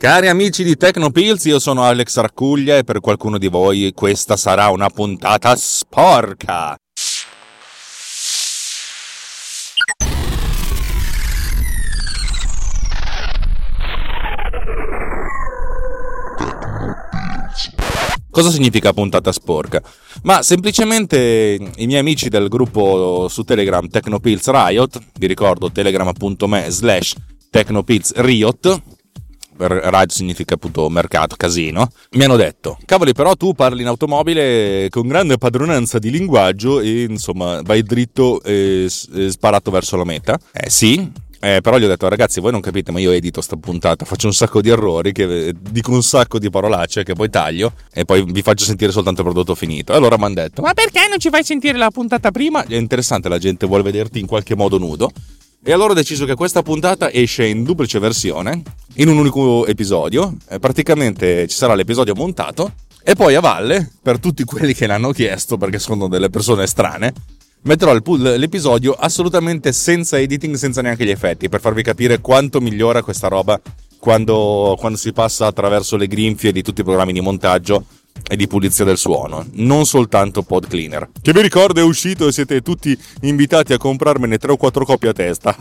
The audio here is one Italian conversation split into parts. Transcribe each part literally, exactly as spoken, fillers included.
Cari amici di Tecnopills, io sono Alex Raccuglia e per qualcuno di voi questa sarà una puntata sporca. Cosa significa puntata sporca? Ma semplicemente i miei amici del gruppo su Telegram Tecnopills Riot, vi ricordo telegram.me slash Tecnopills Riot, Riot significa appunto mercato, casino, mi hanno detto: cavoli, però tu parli in automobile con grande padronanza di linguaggio e insomma vai dritto e, e sparato verso la meta. Eh sì, eh, però gli ho detto: ragazzi, voi non capite, ma io edito sta puntata, faccio un sacco di errori, che dico un sacco di parolacce che poi taglio e poi vi faccio sentire soltanto il prodotto finito. Allora mi hanno detto: ma perché non ci fai sentire la puntata prima? È interessante, la gente vuole vederti in qualche modo nudo. E allora ho deciso che questa puntata esce in duplice versione, in un unico episodio. Eh, praticamente ci sarà l'episodio montato e poi a valle, per tutti quelli che l'hanno chiesto, perché sono delle persone strane, metterò il, l'episodio assolutamente senza editing, senza neanche gli effetti, per farvi capire quanto migliora questa roba quando, quando si passa attraverso le grinfie di tutti i programmi di montaggio e di pulizia del suono, non soltanto Pod Cleaner, che vi ricordo è uscito e siete tutti invitati a comprarmene tre o quattro copie a testa.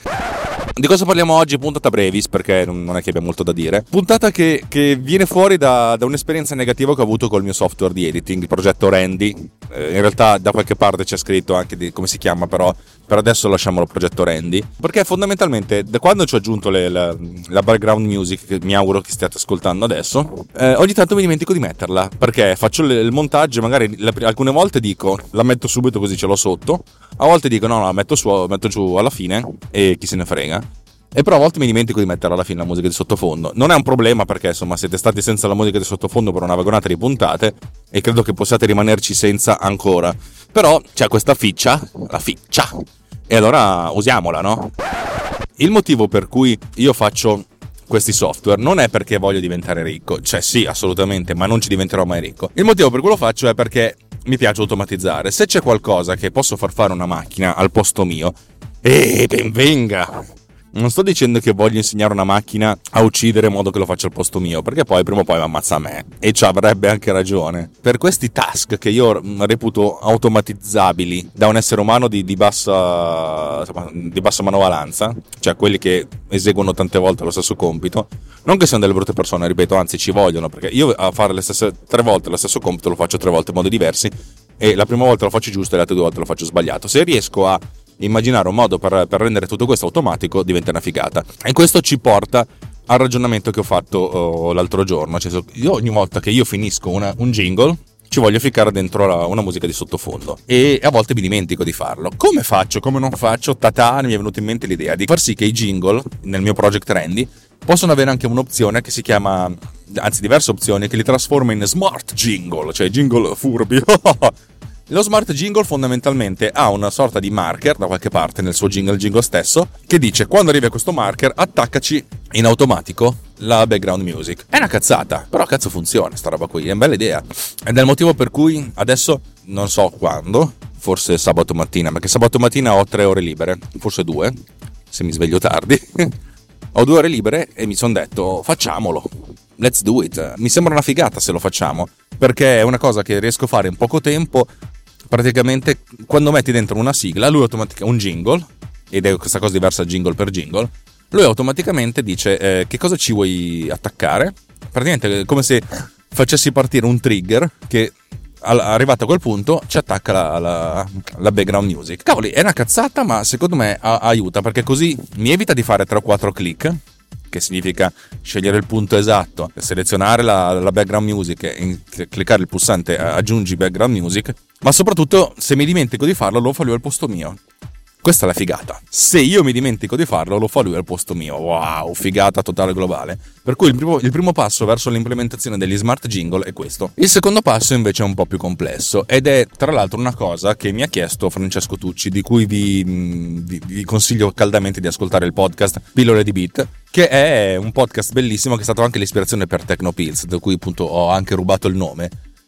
Di cosa parliamo oggi? Puntata brevis, perché non è che abbia molto da dire. Puntata che, che viene fuori da, da un'esperienza negativa che ho avuto col mio software di editing, il progetto Randy. Eh, in realtà da qualche parte c'è scritto anche di come si chiama, però per adesso lasciamolo progetto Randy, perché fondamentalmente da quando ci ho aggiunto le, la, la background music, che mi auguro che stiate ascoltando adesso, eh, ogni tanto mi dimentico di metterla, perché faccio il, il montaggio e magari la, alcune volte dico la metto subito così ce l'ho sotto, a volte dico no no la metto, su, metto giù alla fine e chi se ne frega. E però a volte mi dimentico di mettere alla fine la musica di sottofondo. Non è un problema, perché insomma siete stati senza la musica di sottofondo per una vagonata di puntate e credo che possiate rimanerci senza ancora. Però c'è questa ficcia, la ficcia, e allora usiamola, no? Il motivo per cui io faccio questi software non è perché voglio diventare ricco, cioè sì, assolutamente, ma non ci diventerò mai ricco. Il motivo per cui lo faccio è perché mi piace automatizzare. Se c'è qualcosa che posso far fare una macchina al posto mio, e ben venga! Non sto dicendo che voglio insegnare una macchina a uccidere in modo che lo faccia al posto mio, perché poi prima o poi mi ammazza me, e ci avrebbe anche ragione. Per questi task che io reputo automatizzabili da un essere umano di, di bassa di bassa manovalanza, cioè quelli che eseguono tante volte lo stesso compito, non che siano delle brutte persone, ripeto, anzi ci vogliono, perché io a fare le stesse tre volte lo stesso compito lo faccio tre volte in modi diversi, e la prima volta lo faccio giusto e le altre due volte lo faccio sbagliato. Se riesco a immaginare un modo per, per rendere tutto questo automatico, diventa una figata. E questo ci porta al ragionamento che ho fatto oh, l'altro giorno. Cioè, io ogni volta che io finisco una, un jingle ci voglio ficcare dentro la, una musica di sottofondo e a volte mi dimentico di farlo. Come faccio? Come non faccio? Tatà, mi è venuta in mente l'idea di far sì che i jingle nel mio project Randy possono avere anche un'opzione che si chiama, anzi diverse opzioni, che li trasforma in smart jingle, cioè jingle furbi. Lo smart jingle fondamentalmente ha una sorta di marker da qualche parte nel suo jingle, il jingle stesso, che dice: quando arrivi a questo marker attaccaci in automatico la background music. È una cazzata, però cazzo funziona sta roba qui, è una bella idea. Ed è il motivo per cui adesso, non so quando, forse sabato mattina, perché sabato mattina ho tre ore libere, forse due, se mi sveglio tardi. Ho due ore libere e mi sono detto facciamolo, let's do it. Mi sembra una figata se lo facciamo, perché è una cosa che riesco a fare in poco tempo. Praticamente quando metti dentro una sigla, lui automaticamente un jingle, ed è questa cosa diversa jingle per jingle, lui automaticamente dice eh, che cosa ci vuoi attaccare. Praticamente è come se facessi partire un trigger che arrivato a quel punto ci attacca la, la, la background music. Cavoli, è una cazzata, ma secondo me a, aiuta, perché così mi evita di fare tre o quattro click, che significa scegliere il punto esatto, selezionare la, la background music e cliccare il pulsante aggiungi background music, ma soprattutto se mi dimentico di farlo lo fa lui al posto mio. Questa è la figata. Se io mi dimentico di farlo, lo fa lui al posto mio. Wow, figata totale globale. Per cui il primo, il primo passo verso l'implementazione degli smart jingle è questo. Il secondo passo invece è un po' più complesso ed è tra l'altro una cosa che mi ha chiesto Francesco Tucci, di cui vi, vi, vi consiglio caldamente di ascoltare il podcast Pillole di Beat, che è un podcast bellissimo che è stato anche l'ispirazione per Tecnopills, da cui appunto ho anche rubato il nome.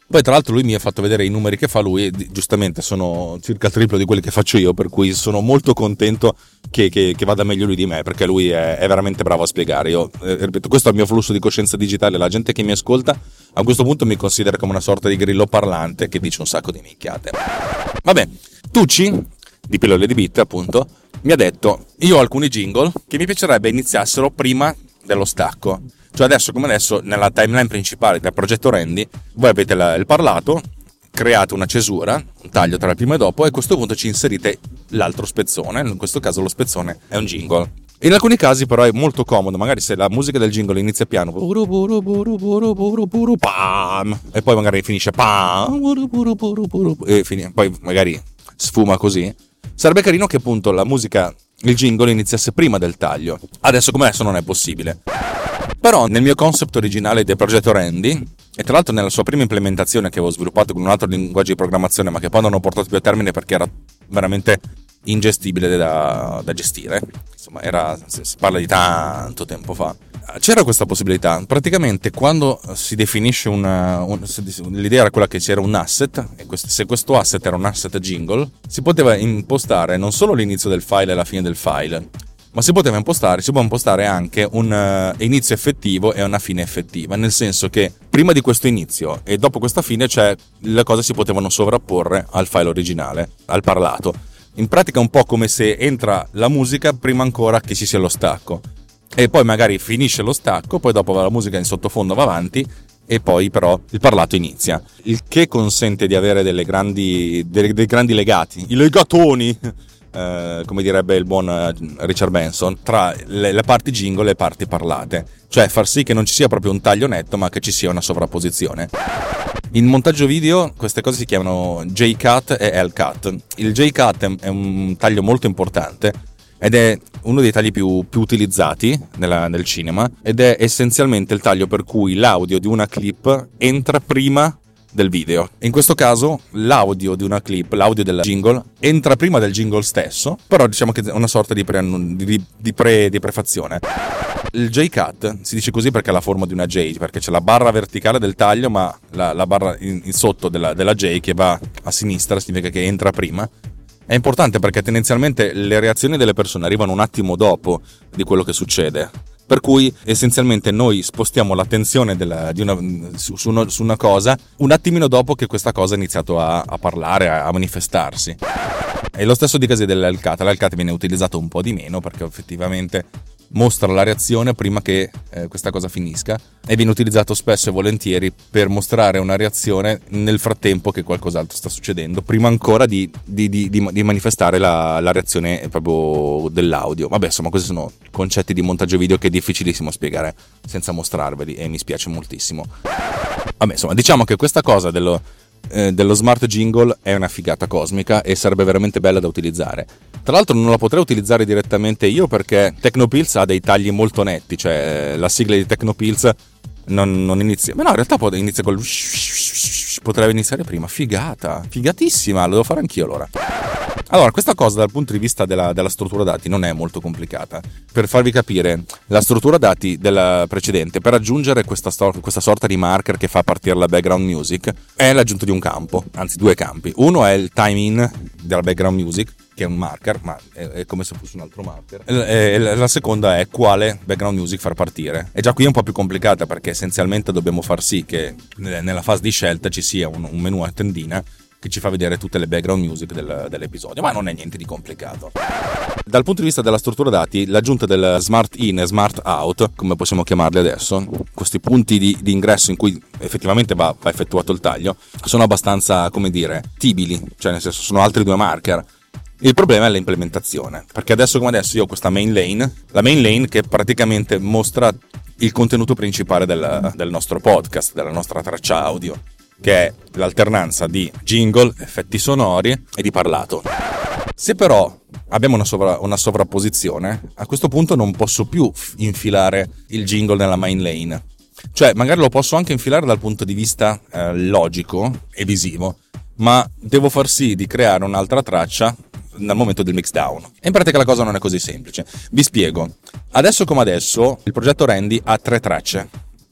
Poi tra l'altro lui mi ha fatto vedere i numeri che fa lui e giustamente sono circa il triplo di quelli che faccio io, per cui sono molto contento che, che, che vada meglio lui di me, perché lui è, è veramente bravo a spiegare. Io eh, ripeto, questo è il mio flusso di coscienza digitale, la gente che mi ascolta a questo punto mi considera come una sorta di grillo parlante che dice un sacco di minchiate. Vabbè, Tucci di Pillole di Beat appunto mi ha detto: io ho alcuni jingle che mi piacerebbe iniziassero prima dello stacco. Cioè adesso come adesso nella timeline principale del progetto Randy voi avete la, il parlato, create una cesura, un taglio tra il primo e dopo, e a questo punto ci inserite l'altro spezzone. In questo caso lo spezzone è un jingle. In alcuni casi però è molto comodo, magari se la musica del jingle inizia piano e poi magari finisce e fin- poi magari sfuma così, sarebbe carino che appunto la musica, il jingle iniziasse prima del taglio. Adesso come adesso non è possibile. Però nel mio concept originale del progetto Randy, e tra l'altro nella sua prima implementazione che avevo sviluppato con un altro linguaggio di programmazione ma che poi non ho portato più a termine perché era veramente ingestibile da, da gestire, insomma era, si parla di tanto tempo fa, c'era questa possibilità. Praticamente quando si definisce una, un, l'idea era quella che c'era un asset, e questo, se questo asset era un asset jingle, si poteva impostare non solo l'inizio del file e la fine del file, ma si poteva impostare, si può impostare anche un uh, inizio effettivo e una fine effettiva, nel senso che prima di questo inizio e dopo questa fine, cioè, le cose si potevano sovrapporre al file originale, al parlato. In pratica è un po' come se entra la musica prima ancora che ci sia lo stacco, e poi magari finisce lo stacco, poi dopo la musica in sottofondo va avanti e poi però il parlato inizia, il che consente di avere delle grandi, dei, dei grandi legati, i legatoni, eh, come direbbe il buon Richard Benson, tra le, le parti jingle e le parti parlate, cioè far sì che non ci sia proprio un taglio netto ma che ci sia una sovrapposizione. In montaggio video queste cose si chiamano J-Cut e L-Cut. Il J-Cut è un taglio molto importante ed è uno dei tagli più, più utilizzati nella, nel cinema, ed è essenzialmente il taglio per cui l'audio di una clip entra prima del video. In questo caso l'audio di una clip, l'audio del jingle, entra prima del jingle stesso, però diciamo che è una sorta di, pre, di, di, pre, di prefazione. Il J-Cut si dice così perché ha la forma di una J, perché c'è la barra verticale del taglio, ma la, la barra in, in sotto della, della J che va a sinistra significa che entra prima. È importante perché tendenzialmente le reazioni delle persone arrivano un attimo dopo di quello che succede, per cui essenzialmente noi spostiamo l'attenzione della, di una, su, su, una, su una cosa un attimino dopo che questa cosa ha iniziato a, a parlare, a, a manifestarsi. E lo stesso dicasi dell'L-Cut. L'L-Cut viene utilizzato un po' di meno perché effettivamente mostra la reazione prima che eh, questa cosa finisca, e viene utilizzato spesso e volentieri per mostrare una reazione nel frattempo che qualcos'altro sta succedendo, prima ancora di, di, di, di manifestare la, la reazione proprio dell'audio. Vabbè, insomma, questi sono concetti di montaggio video che è difficilissimo spiegare senza mostrarveli e mi spiace moltissimo. Vabbè, insomma, diciamo che questa cosa dello Eh, dello smart jingle è una figata cosmica e sarebbe veramente bella da utilizzare. Tra l'altro non la potrei utilizzare direttamente io perché Technopills ha dei tagli molto netti, cioè la sigla di Technopills non, non inizia, ma no, in realtà inizia col potrebbe iniziare prima. Figata, figatissima, lo devo fare anch'io allora. Allora, questa cosa dal punto di vista della, della struttura dati non è molto complicata. Per farvi capire, la struttura dati della precedente, per aggiungere questa, stor- questa sorta di marker che fa partire la background music, è l'aggiunta di un campo, anzi due campi. Uno è il time in della background music, che è un marker, ma è, è come se fosse un altro marker. E, e la seconda è quale background music far partire. E già qui è un po' più complicata perché essenzialmente dobbiamo far sì che nella fase di scelta ci sia un, un menu a tendina che ci fa vedere tutte le background music del, dell'episodio, ma non è niente di complicato. Dal punto di vista della struttura dati, l'aggiunta del smart in e smart out, come possiamo chiamarli adesso, questi punti di, di ingresso in cui effettivamente va, va effettuato il taglio, sono abbastanza, come dire, tibili, cioè nel senso sono altri due marker. Il problema è l'implementazione, perché adesso come adesso io ho questa main lane, la main lane che praticamente mostra il contenuto principale del, del nostro podcast, della nostra traccia audio, che è l'alternanza di jingle, effetti sonori e di parlato. Se però abbiamo una, sovra- una sovrapposizione, a questo punto non posso più infilare il jingle nella main lane. Cioè, magari lo posso anche infilare dal punto di vista eh, logico e visivo, ma devo far sì di creare un'altra traccia nel momento del mix down. E in pratica la cosa non è così semplice. Vi spiego. Adesso come adesso, il progetto Randy ha tre tracce.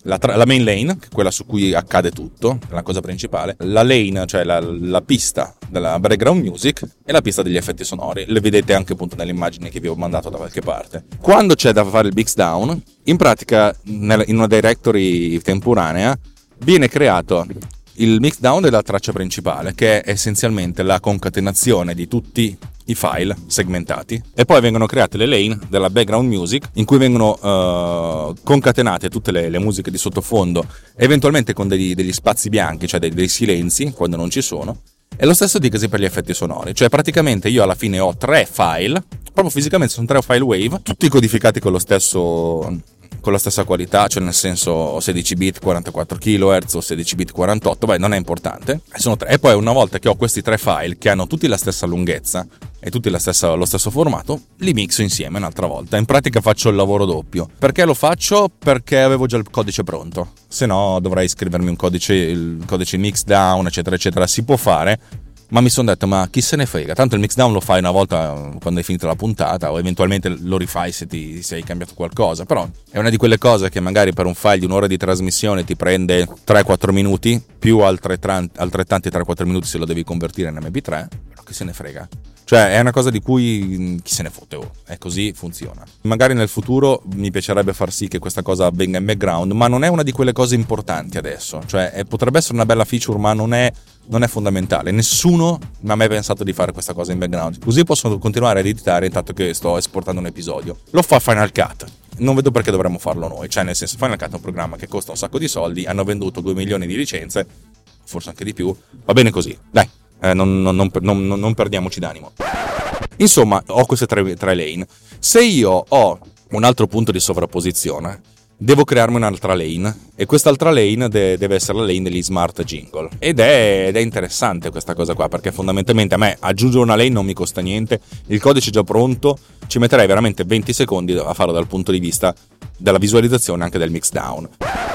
la, tra- la main lane, che è quella su cui accade tutto, è la cosa principale, la lane, cioè la, la pista della background music, e la pista degli effetti sonori. Le vedete anche appunto nelle immagini che vi ho mandato da qualche parte. Quando c'è da fare il mixdown, in pratica nel, in una directory temporanea viene creato il mixdown della traccia principale, che è essenzialmente la concatenazione di tutti i file segmentati, e poi vengono create le lane della background music, in cui vengono uh, concatenate tutte le, le musiche di sottofondo, eventualmente con degli, degli spazi bianchi, cioè dei, dei silenzi quando non ci sono. E lo stesso dicasi per gli effetti sonori, cioè praticamente io alla fine ho tre file, proprio fisicamente sono tre file wave, tutti codificati con lo stesso con la stessa qualità, cioè nel senso sedici bit quarantaquattro kilohertz o sedici bit quarantotto, beh, non è importante. Sono tre. E poi una volta che ho questi tre file che hanno tutti la stessa lunghezza e tutti la stessa, lo stesso formato, li mixo insieme un'altra volta. In pratica faccio il lavoro doppio. Perché lo faccio? Perché avevo già il codice pronto. Se no dovrei scrivermi un codice, il codice mixdown, eccetera, eccetera. Si può fare, ma mi sono detto, ma chi se ne frega, tanto il mixdown lo fai una volta quando hai finito la puntata, o eventualmente lo rifai se ti se hai cambiato qualcosa. Però è una di quelle cose che magari per un file di un'ora di trasmissione ti prende tre quattro minuti, più altrettanti tre quattro minuti se lo devi convertire in emme pi tre, però chi se ne frega. Cioè è una cosa di cui chi se ne fotte, oh, è così, funziona. Magari nel futuro mi piacerebbe far sì che questa cosa avvenga in background, ma non è una di quelle cose importanti adesso. Cioè è, potrebbe essere una bella feature, ma non è, non è fondamentale. Nessuno mi ha mai pensato di fare questa cosa in background. Così posso continuare a editare intanto che sto esportando un episodio. Lo fa Final Cut. Non vedo perché dovremmo farlo noi. Cioè nel senso, Final Cut è un programma che costa un sacco di soldi, hanno venduto due milioni di licenze, forse anche di più. Va bene così, dai. Eh, non, non, non, non, non perdiamoci d'animo. Insomma, ho queste tre, tre lane. Se io ho un altro punto di sovrapposizione, devo crearmi un'altra lane, e quest'altra lane de- deve essere la lane degli smart jingle. Ed è, ed è interessante questa cosa qua, perché fondamentalmente a me aggiungere una lane non mi costa niente, il codice è già pronto, ci metterei veramente venti secondi a farlo dal punto di vista della visualizzazione anche del mixdown.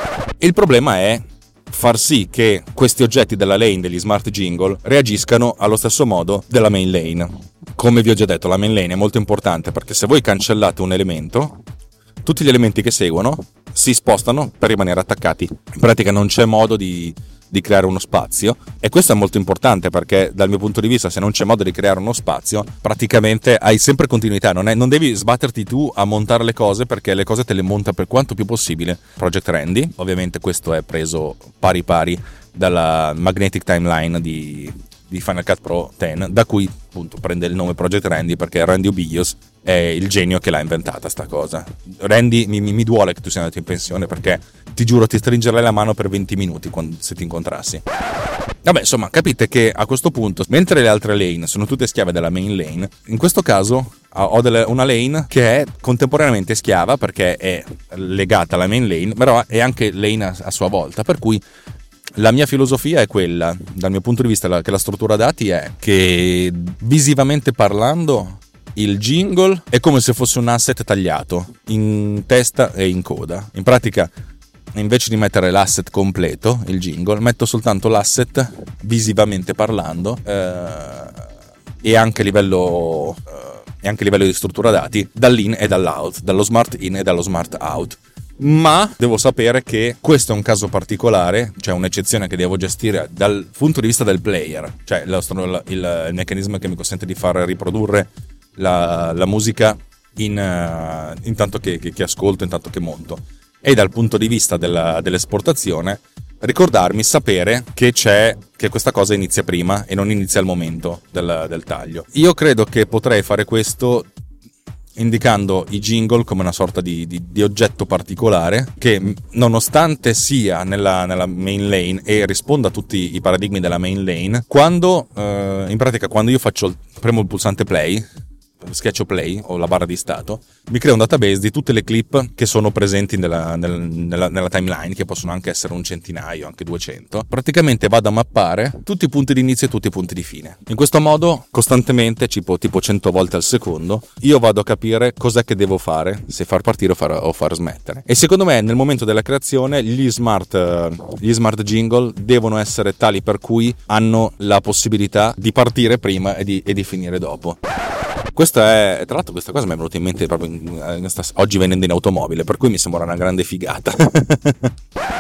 Il problema è far sì che questi oggetti della lane degli smart jingle reagiscano allo stesso modo della main lane. Come vi ho già detto, la main lane è molto importante, perché se voi cancellate un elemento, tutti gli elementi che seguono si spostano per rimanere attaccati. In pratica non c'è modo di, di creare uno spazio, e questo è molto importante, perché dal mio punto di vista, se non c'è modo di creare uno spazio, praticamente hai sempre continuità. Non, è, non devi sbatterti tu a montare le cose, perché le cose te le monta per quanto più possibile Project Randy. Ovviamente questo è preso pari pari dalla Magnetic Timeline di, di Final Cut Pro dieci, da cui appunto prende il nome Project Randy, perché Randy Obius è il genio che l'ha inventata sta cosa. Randy, mi, mi duole che tu sia andato in pensione, perché ti giuro ti stringerei la mano per venti minuti quando, se ti incontrassi. Vabbè, insomma, capite che a questo punto, mentre le altre lane sono tutte schiave della main lane, in questo caso ho delle, una lane che è contemporaneamente schiava, perché è legata alla main lane, però è anche lane a, a sua volta, per cui la mia filosofia è quella, dal mio punto di vista, la, che la struttura dati è che visivamente parlando il jingle è come se fosse un asset tagliato in testa e in coda. In pratica, invece di mettere l'asset completo, il jingle, metto soltanto l'asset visivamente parlando, eh, e anche a livello eh, e anche a livello di struttura dati dall'in e dall'out, dallo smart in e dallo smart out. Ma devo sapere che questo è un caso particolare, cioè un'eccezione che devo gestire dal punto di vista del player, cioè il, il, il meccanismo che mi consente di far riprodurre la, la musica in, uh, intanto che, che, che ascolto, intanto che monto. E dal punto di vista della, dell'esportazione, ricordarmi, sapere che c'è, che questa cosa inizia prima e non inizia al momento del, del taglio. Io credo che potrei fare questo indicando i jingle come una sorta di, di, di oggetto particolare che, nonostante sia nella, nella main lane e risponda a tutti i paradigmi della main lane, quando eh, in pratica quando io faccio premo il pulsante play, schiaccio play o la barra di stato, mi crea un database di tutte le clip che sono presenti nella, nella, nella, nella timeline, che possono anche essere un centinaio, anche duecento. Praticamente vado a mappare tutti i punti di inizio e tutti i punti di fine. In questo modo, costantemente, tipo, tipo cento volte al secondo, io vado a capire cos'è che devo fare, se far partire o far, o far smettere. E secondo me, nel momento della creazione, gli smart, gli smart jingle devono essere tali per cui hanno la possibilità di partire prima e di, e di finire dopo. Questa è, tra l'altro, questa cosa mi è venuta in mente proprio in, in, oggi venendo in automobile, per cui mi sembra una grande figata.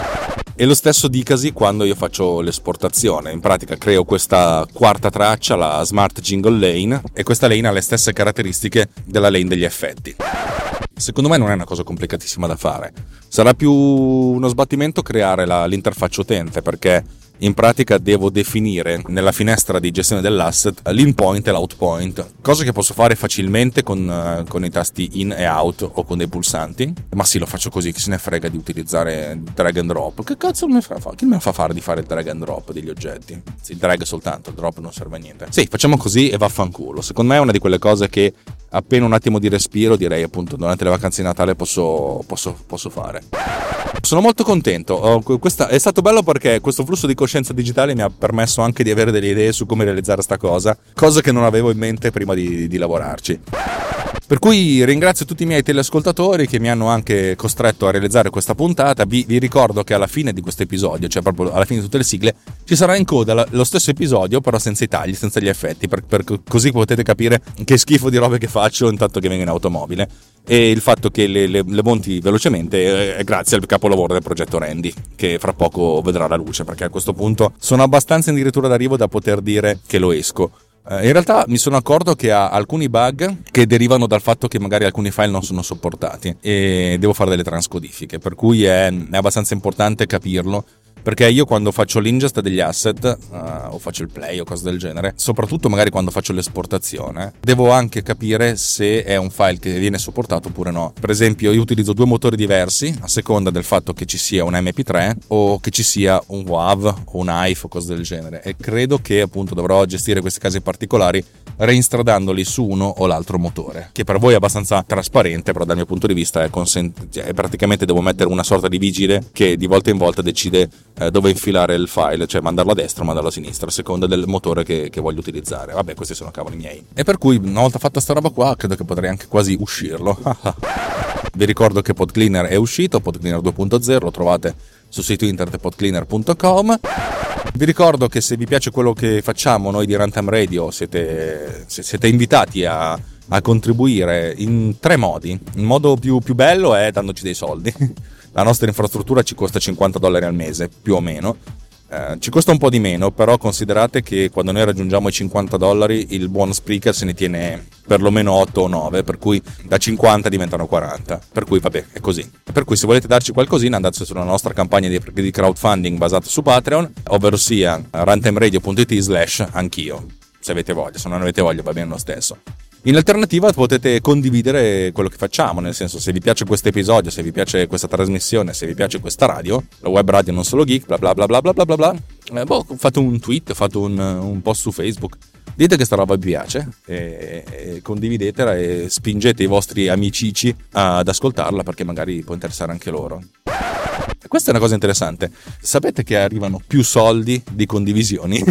E lo stesso dicasi quando io faccio l'esportazione. In pratica creo questa quarta traccia, la Smart Jingle Lane, e questa lane ha le stesse caratteristiche della lane degli effetti. Secondo me non è una cosa complicatissima da fare. Sarà più uno sbattimento creare la, l'interfaccia utente, perché in pratica devo definire nella finestra di gestione dell'asset l'inpoint e l'outpoint, cosa che posso fare facilmente con, uh, con i tasti in e out o con dei pulsanti. Ma sì, lo faccio così, chi se ne frega di utilizzare drag and drop. Che cazzo me fa fare? Chi me fa fare di fare il drag and drop degli oggetti? Sì, il drag soltanto, il drop non serve a niente. Sì, facciamo così e vaffanculo. Secondo me è una di quelle cose che appena un attimo di respiro, direi appunto durante le vacanze di Natale posso, posso, posso fare. Sono molto contento. Oh, questa, è stato bello perché questo flusso di coscienza digitale mi ha permesso anche di avere delle idee su come realizzare sta cosa, cosa che non avevo in mente prima di, di lavorarci. Per cui ringrazio tutti i miei teleascoltatori che mi hanno anche costretto a realizzare questa puntata. Vi, vi ricordo che alla fine di questo episodio, cioè proprio alla fine di tutte le sigle, ci sarà in coda la, lo stesso episodio, però senza i tagli, senza gli effetti, per, per, così potete capire che schifo di robe che faccio intanto che vengo in automobile. E il fatto che le, le, le monti velocemente è grazie al capolavoro del progetto Randy, che fra poco vedrà la luce, perché a questo punto sono abbastanza addirittura d'arrivo da poter dire che lo esco. In realtà mi sono accorto che ha alcuni bug che derivano dal fatto che magari alcuni file non sono sopportati e devo fare delle transcodifiche, per cui è, è abbastanza importante capirlo, perché io quando faccio l'ingest degli asset uh, o faccio il play o cose del genere, soprattutto magari quando faccio l'esportazione, devo anche capire se è un file che viene supportato oppure no. Per esempio io utilizzo due motori diversi a seconda del fatto che ci sia un M P tre o che ci sia un W A V o un I F o cose del genere, e credo che appunto dovrò gestire questi casi particolari reinstradandoli su uno o l'altro motore, che per voi è abbastanza trasparente, però dal mio punto di vista è, consent- cioè, praticamente devo mettere una sorta di vigile che di volta in volta decide eh, dove infilare il file, cioè mandarlo a destra o mandarlo a sinistra a seconda del motore che, che voglio utilizzare. Vabbè, questi sono cavoli miei, e per cui una volta fatta sta roba qua credo che potrei anche quasi uscirlo. Vi ricordo che PodCleaner è uscito, PodCleaner due punto zero, lo trovate sul sito internet pod cleaner punto com. Vi ricordo che se vi piace quello che facciamo noi di Runtime Radio siete, siete invitati a, a contribuire in tre modi. Il modo più, più bello è dandoci dei soldi. La nostra infrastruttura ci costa cinquanta dollari al mese, più o meno. Eh, ci costa un po' di meno, però considerate che quando noi raggiungiamo i cinquanta dollari il buon Spreaker se ne tiene perlomeno otto o nove, per cui da cinquanta diventano quaranta, per cui vabbè, è così. Per cui se volete darci qualcosina andate sulla nostra campagna di, di crowdfunding basata su Patreon, ovvero sia runtimeradio punto it slash anch'io, se avete voglia. Se non avete voglia va bene lo stesso. In alternativa potete condividere quello che facciamo, nel senso, se vi piace questo episodio, se vi piace questa trasmissione, se vi piace questa radio, la web radio non solo geek, bla bla bla bla bla bla bla bla, eh, boh, fate un tweet, fate un, un post su Facebook, dite che sta roba vi piace e, e condividetela e spingete i vostri amicici ad ascoltarla, perché magari può interessare anche loro. Questa è una cosa interessante. Sapete che arrivano più soldi di condivisioni?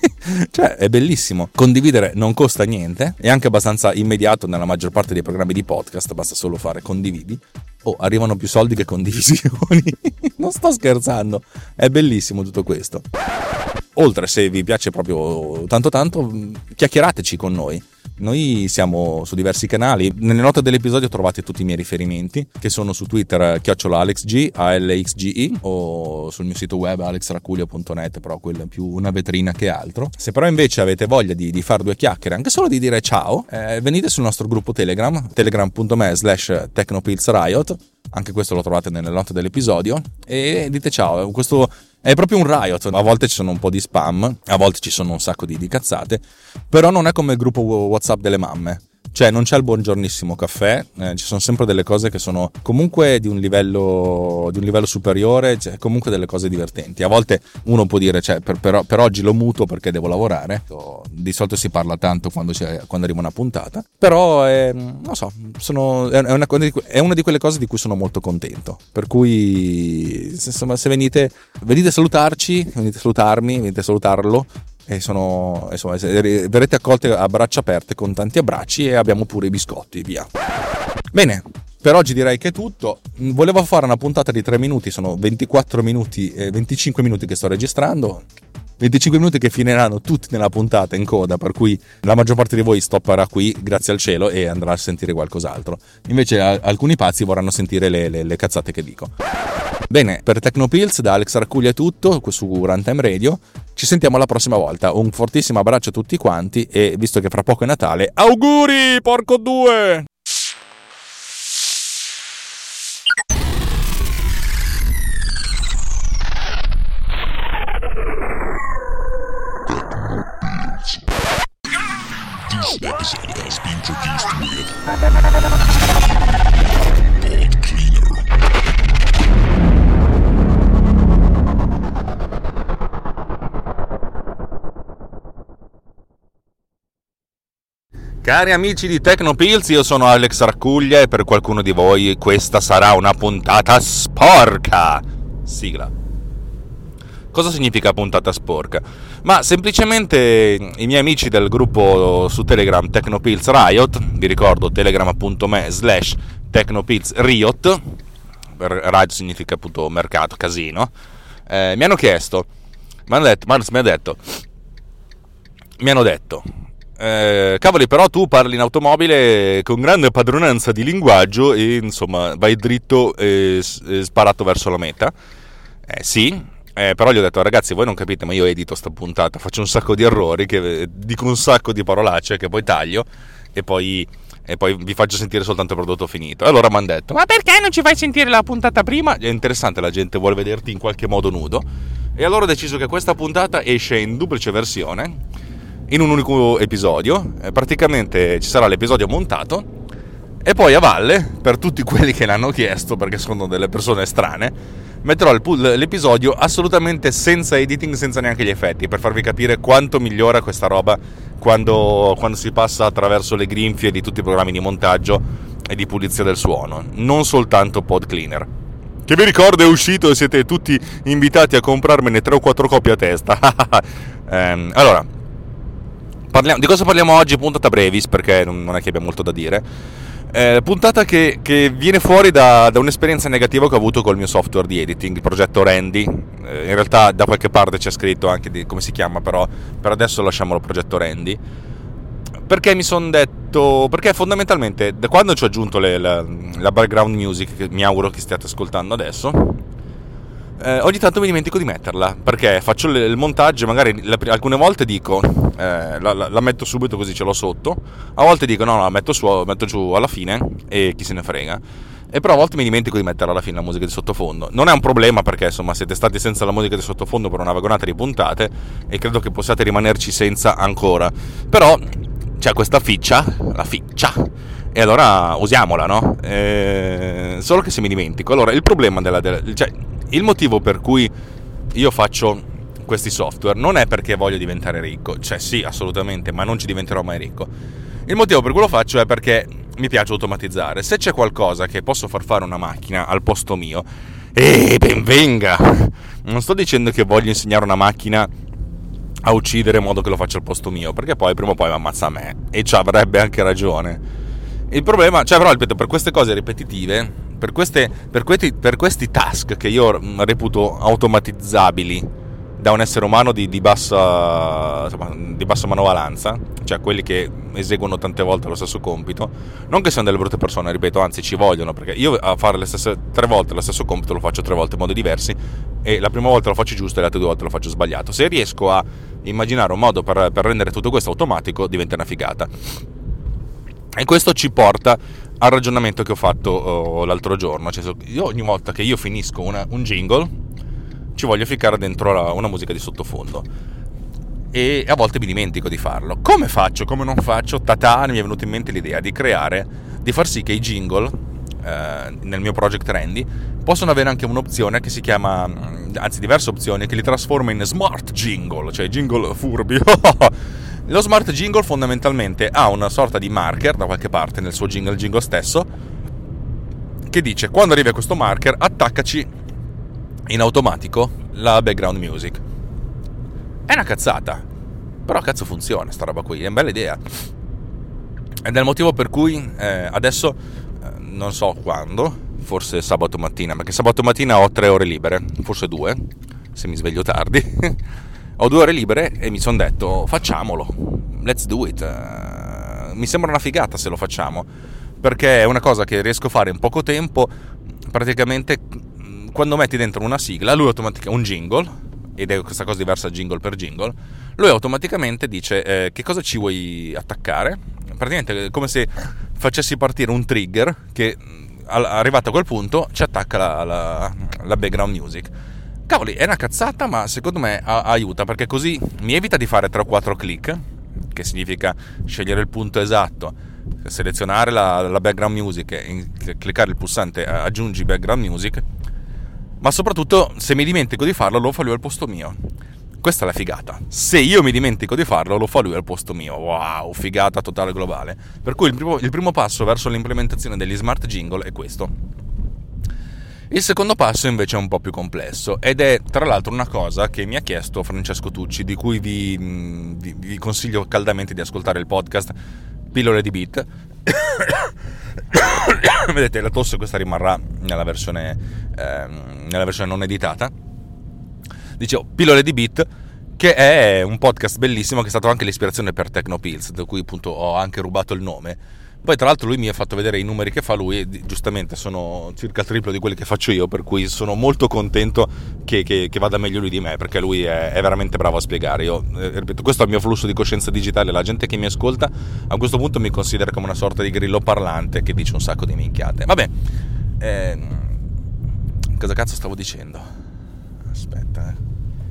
Cioè, è bellissimo. Condividere non costa niente, è anche abbastanza immediato nella maggior parte dei programmi di podcast, basta solo fare condividi. Oh, arrivano più soldi che condivisioni. Non sto scherzando, è bellissimo tutto questo. Oltre, se vi piace proprio tanto tanto, chiacchierateci con noi. Noi siamo su diversi canali. Nelle note dell'episodio trovate tutti i miei riferimenti, che sono su Twitter chiocciola AlexG, A L X G I, o sul mio sito web alex raculio punto net, però quello è più una vetrina che altro. Se però invece avete voglia di, di fare due chiacchiere, anche solo di dire ciao, eh, venite sul nostro gruppo Telegram, telegram punto me slash technopillsriot, anche questo lo trovate nelle note dell'episodio, e dite ciao. Questo è proprio un riot, a volte ci sono un po' di spam, a volte ci sono un sacco di, di cazzate, però non è come il gruppo WhatsApp delle mamme. Cioè non c'è il buongiornissimo caffè, eh, ci sono sempre delle cose che sono comunque di un livello di un livello superiore, cioè comunque delle cose divertenti. A volte uno può dire, cioè per, per, per oggi lo muto perché devo lavorare. Di solito si parla tanto quando, c'è, quando arriva una puntata, però è, non so, sono, è, una, è una di quelle cose di cui sono molto contento. Per cui insomma, se venite, venite a salutarci, venite a salutarmi, venite a salutarlo. E sono, insomma, verrete accolti a braccia aperte con tanti abbracci, e abbiamo pure i biscotti, via. Bene, per oggi direi che è tutto. Volevo fare una puntata di tre minuti, sono ventiquattro minuti e venticinque minuti che sto registrando. venticinque minuti che finiranno tutti nella puntata in coda, per cui la maggior parte di voi stopperà qui, grazie al cielo, e andrà a sentire qualcos'altro. Invece a- alcuni pazzi vorranno sentire le, le, le cazzate che dico. Bene, per Tecnopills da Alex Raccuglia è tutto su Runtime Radio. Ci sentiamo la prossima volta. Un fortissimo abbraccio a tutti quanti e visto che fra poco è Natale, auguri, porco due! This episode has been produced with Pod Cleaner. Cari amici di Tecnopills, io sono Alex Raccuglia e per qualcuno di voi questa sarà una puntata sporca. Sigla. Cosa significa puntata sporca? Ma semplicemente i miei amici del gruppo su Telegram Tecnopills Riot, vi ricordo telegram.me slash Tecnopills Riot, Riot significa appunto mercato, casino, eh, mi hanno chiesto, mi hanno detto, mi hanno detto, mi hanno detto Eh, cavoli, però tu parli in automobile con grande padronanza di linguaggio e insomma vai dritto e, e sparato verso la meta. Eh, sì, eh, però gli ho detto ragazzi, voi non capite, ma io edito sta puntata, faccio un sacco di errori, che dico un sacco di parolacce che poi taglio e poi, e poi vi faccio sentire soltanto il prodotto finito. E allora mi hanno detto, ma perché non ci fai sentire la puntata prima? È interessante, la gente vuole vederti in qualche modo nudo. E allora ho deciso che questa puntata esce in duplice versione, in un unico episodio. Eh, praticamente ci sarà l'episodio montato e poi a valle, per tutti quelli che l'hanno chiesto, perché sono delle persone strane, metterò il, l'episodio assolutamente senza editing, senza neanche gli effetti, per farvi capire quanto migliora questa roba quando, quando si passa attraverso le grinfie di tutti i programmi di montaggio e di pulizia del suono, non soltanto Pod Cleaner, che vi ricordo è uscito e siete tutti invitati a comprarmene tre o quattro copie a testa. ehm, allora Parliamo, di cosa parliamo oggi? Puntata brevis, perché non è che abbia molto da dire. Eh, puntata che, che viene fuori da, da un'esperienza negativa che ho avuto col mio software di editing, il progetto Randy. Eh, in realtà da qualche parte c'è scritto anche di come si chiama, però per adesso lasciamolo progetto Randy. Perché mi sono detto, perché fondamentalmente da quando ci ho aggiunto le, la, la background music, che mi auguro che stiate ascoltando adesso, Eh, ogni tanto mi dimentico di metterla, perché faccio il, il montaggio e magari la, alcune volte dico eh, la, la, la metto subito così ce l'ho sotto, a volte dico no, no la metto, su, metto giù alla fine e chi se ne frega, e però a volte mi dimentico di mettere alla fine la musica di sottofondo. Non è un problema perché insomma siete stati senza la musica di sottofondo per una vagonata di puntate e credo che possiate rimanerci senza ancora, però c'è questa ficcia, la ficcia, e allora usiamola, no? Eh, solo che se mi dimentico, allora il problema della, della cioè il motivo per cui io faccio questi software non è perché voglio diventare ricco, cioè sì, assolutamente, ma non ci diventerò mai ricco. Il motivo per cui lo faccio è perché mi piace automatizzare. Se c'è qualcosa che posso far fare una macchina al posto mio, eh, ben venga! Non sto dicendo che voglio insegnare una macchina a uccidere in modo che lo faccia al posto mio, perché poi prima o poi mi ammazza a me, e ci avrebbe anche ragione. Il problema, cioè però ripeto, per queste cose ripetitive, per, queste, per, questi, per questi task che io reputo automatizzabili da un essere umano di, di, bassa, insomma, di bassa manovalanza, cioè quelli che eseguono tante volte lo stesso compito, non che siano delle brutte persone, ripeto, anzi ci vogliono, perché io a fare le stesse tre volte lo stesso compito lo faccio tre volte in modi diversi e la prima volta lo faccio giusto e le altre due volte lo faccio sbagliato. Se riesco a immaginare un modo per, per rendere tutto questo automatico, diventa una figata. E questo ci porta al ragionamento che ho fatto oh, l'altro giorno, cioè, io ogni volta che io finisco una, un jingle ci voglio ficcare dentro la, una musica di sottofondo e a volte mi dimentico di farlo. Come faccio? Come non faccio? Tatà, mi è venuta in mente l'idea di creare, di far sì che i jingle eh, nel mio project Randy possono avere anche un'opzione che si chiama, anzi diverse opzioni, che li trasforma in smart jingle, cioè jingle furbi. Lo smart jingle fondamentalmente ha una sorta di marker da qualche parte nel suo jingle, il jingle stesso, che dice quando arrivi a questo marker attaccaci in automatico la background music. È una cazzata, però cazzo funziona sta roba qui, è una bella idea. Ed è il motivo per cui eh, adesso, eh, non so quando, forse sabato mattina, perché sabato mattina ho tre ore libere, forse due, se mi sveglio tardi. ho due ore libere e mi sono detto facciamolo, let's do it. Uh, mi sembra una figata se lo facciamo, perché è una cosa che riesco a fare in poco tempo. Praticamente quando metti dentro una sigla, lui automaticamente un jingle, ed è questa cosa diversa jingle per jingle, lui automaticamente dice eh, che cosa ci vuoi attaccare. Praticamente è come se facessi partire un trigger che arrivato a quel punto ci attacca la, la, la background music. Cavoli, è una cazzata, ma secondo me a- aiuta, perché così mi evita di fare tre o quattro click, che significa scegliere il punto esatto, selezionare la, la background music e cliccare il pulsante aggiungi background music, ma soprattutto se mi dimentico di farlo lo fa lui al posto mio. Questa è la figata. Se io mi dimentico di farlo lo fa lui al posto mio. Wow, figata totale globale. Per cui il primo, il primo passo verso l'implementazione degli smart jingle è questo. Il secondo passo invece è un po' più complesso, ed è tra l'altro una cosa che mi ha chiesto Francesco Tucci, di cui vi, vi, vi consiglio caldamente di ascoltare il podcast Pillole di Beat. Vedete, la tosse questa rimarrà nella versione ehm, nella versione non editata. Dicevo, Pillole di Beat, che è un podcast bellissimo, che è stato anche l'ispirazione per Technopills, da cui appunto ho anche rubato il nome. Poi tra l'altro lui mi ha fatto vedere i numeri che fa lui, e giustamente sono circa il triplo di quelli che faccio io, per cui sono molto contento che, che, che vada meglio lui di me, perché lui è, è veramente bravo a spiegare. Io eh, ripeto, questo è il mio flusso di coscienza digitale. La gente che mi ascolta a questo punto mi considera come una sorta di grillo parlante che dice un sacco di minchiate. Vabbè, eh, cosa cazzo stavo dicendo? Aspetta, eh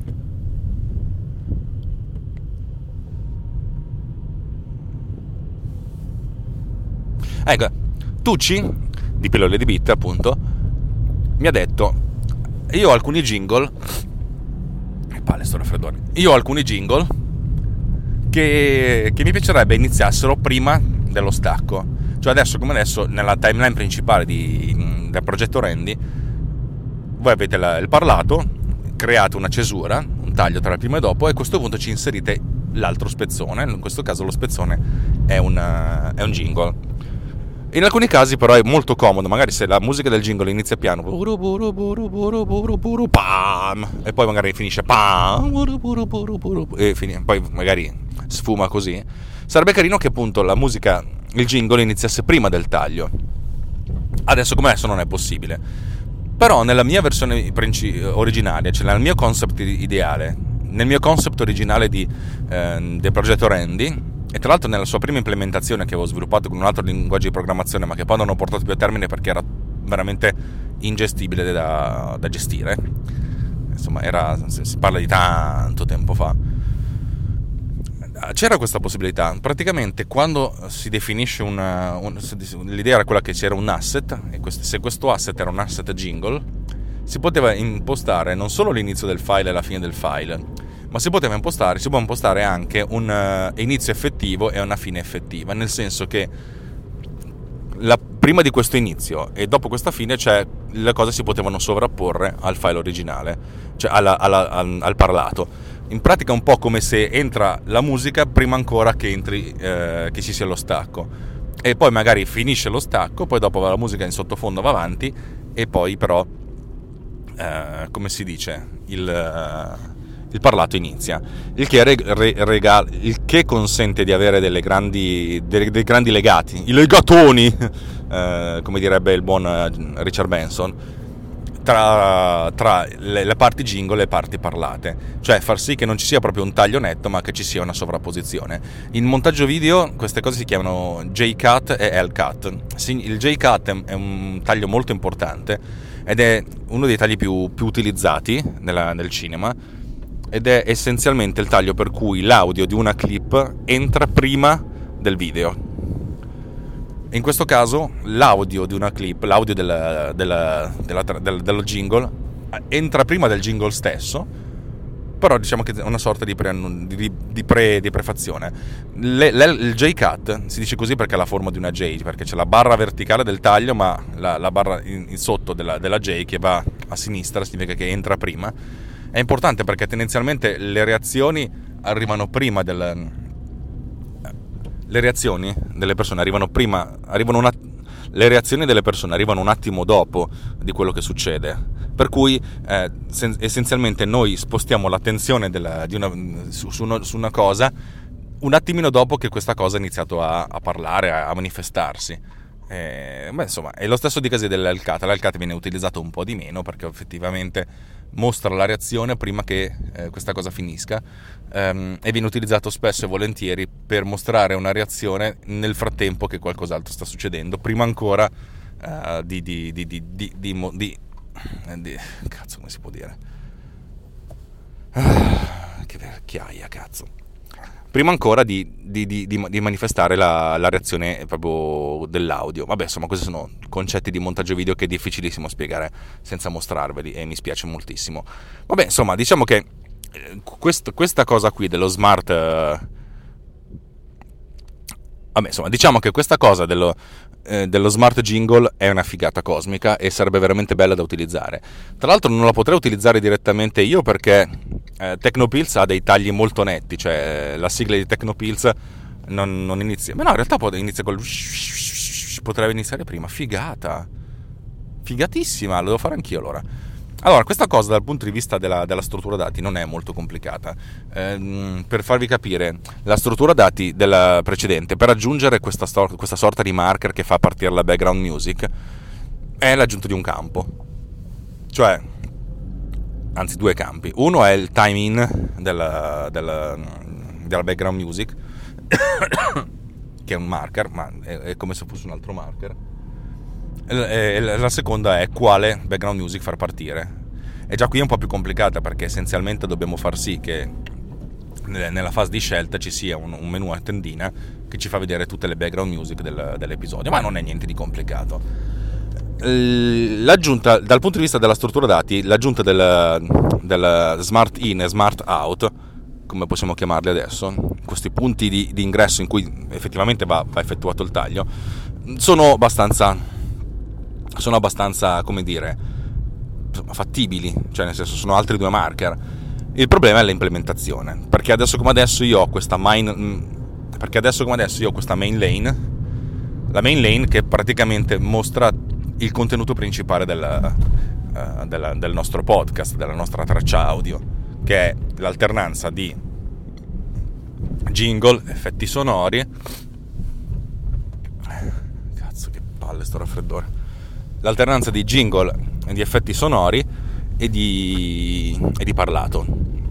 Ecco, Tucci, di Pillole di Beat, appunto, mi ha detto: io ho alcuni jingle, che palle sto raffreddore, io ho alcuni jingle che, che mi piacerebbe iniziassero prima dello stacco. Cioè adesso come adesso, nella timeline principale di, del progetto Randy, voi avete la, il parlato, create una cesura, un taglio tra il primo e dopo, e a questo punto ci inserite l'altro spezzone. In questo caso lo spezzone è un, è un jingle. In alcuni casi però è molto comodo, magari se la musica del jingle inizia piano e poi magari finisce e poi magari sfuma così, sarebbe carino che appunto la musica, il jingle iniziasse prima del taglio. Adesso come adesso non è possibile, però nella mia versione originaria, cioè nel mio concept ideale, nel mio concept originale di, eh, del progetto Randy, e tra l'altro nella sua prima implementazione che avevo sviluppato con un altro linguaggio di programmazione, ma che poi non ho portato più a termine perché era veramente ingestibile da, da gestire, insomma era, si parla di tanto tempo fa, c'era questa possibilità. Praticamente quando si definisce una, un, l'idea era quella che c'era un asset, e questo, se questo asset era un asset jingle, si poteva impostare non solo l'inizio del file e la fine del file, ma si poteva impostare, si può impostare anche un uh, inizio effettivo e una fine effettiva, nel senso che la, prima di questo inizio e dopo questa fine, cioè le cose si potevano sovrapporre al file originale, cioè alla, alla, al, al parlato. In pratica è un po' come se entra la musica prima ancora che entri, eh, che ci sia lo stacco, e poi magari finisce lo stacco, poi dopo la musica in sottofondo va avanti, e poi però eh, come si dice il... Uh, il parlato inizia, il che, reg- re- regala, il che consente di avere delle grandi, dei, dei grandi legati, i legatoni, eh, come direbbe il buon Richard Benson, tra, tra le, le parti jingle e le parti parlate, cioè far sì che non ci sia proprio un taglio netto, ma che ci sia una sovrapposizione. In montaggio video queste cose si chiamano J-cut e L-cut. Il J-cut è un taglio molto importante ed è uno dei tagli più, più utilizzati nella, nel cinema, ed è essenzialmente il taglio per cui l'audio di una clip entra prima del video. In questo caso l'audio di una clip, l'audio della, della, della, del, dello jingle entra prima del jingle stesso, però diciamo che è una sorta di, pre, di, di, pre, di prefazione. Le, le, il J-cut si dice così perché ha la forma di una J, perché c'è la barra verticale del taglio, ma la, la barra in, in sotto della, della J che va a sinistra significa che entra prima. È importante perché tendenzialmente le reazioni arrivano prima del... le reazioni delle persone arrivano prima, arrivano una... le reazioni delle persone arrivano un attimo dopo di quello che succede, per cui eh, sen- essenzialmente noi spostiamo l'attenzione della, di una, su, su, una, su una cosa un attimino dopo che questa cosa ha iniziato a, a parlare, a, a manifestarsi. Eh, beh, insomma, è lo stesso di casi dell'Hellcat. L'Hellcat viene utilizzato un po' di meno perché effettivamente mostra la reazione prima che eh, questa cosa finisca, ehm, e viene utilizzato spesso e volentieri per mostrare una reazione nel frattempo che qualcos'altro sta succedendo, prima ancora uh, di, di, di, di, di, di, di, di, di cazzo, come si può dire? Ah, che vecchiaia, cazzo. Prima ancora di, di, di, di manifestare la, la reazione proprio dell'audio. Vabbè, insomma, questi sono concetti di montaggio video che è difficilissimo spiegare senza mostrarveli, e mi spiace moltissimo. Vabbè, insomma, diciamo che quest, questa cosa qui dello smart... Eh, vabbè, insomma, diciamo che questa cosa dello, eh, dello smart jingle è una figata cosmica e sarebbe veramente bella da utilizzare. Tra l'altro non la potrei utilizzare direttamente io perché... Eh, Tecnopills ha dei tagli molto netti, cioè la sigla di Tecnopills non, non inizia, ma no, in realtà inizia col potrebbe iniziare prima. Figata, figatissima, lo devo fare anch'io allora. Allora, questa cosa dal punto di vista della, della struttura dati non è molto complicata. Eh, per farvi capire, la struttura dati della precedente, per aggiungere questa, stor- questa sorta di marker che fa partire la background music, è l'aggiunta di un campo, cioè anzi due campi. Uno è il time in della, della, della background music che è un marker, ma è, è come se fosse un altro marker, e la seconda è quale background music far partire. E già qui è un po' più complicata perché essenzialmente dobbiamo far sì che nella fase di scelta ci sia un, un menu a tendina che ci fa vedere tutte le background music del, dell'episodio, ma non è niente di complicato. L'aggiunta dal punto di vista della struttura dati, l'aggiunta del, del smart in e smart out, come possiamo chiamarli adesso, questi punti di, di ingresso in cui effettivamente va, va effettuato il taglio, sono abbastanza sono abbastanza come dire fattibili, cioè nel senso sono altri due marker. Il problema è l'implementazione, perché adesso come adesso io ho questa main perché adesso come adesso io ho questa main lane, la main lane che praticamente mostra il contenuto principale del, uh, del, del nostro podcast, della nostra traccia audio, che è l'alternanza di jingle, effetti sonori, cazzo che palle sto raffreddore, l'alternanza di jingle e di effetti sonori e di, e di parlato.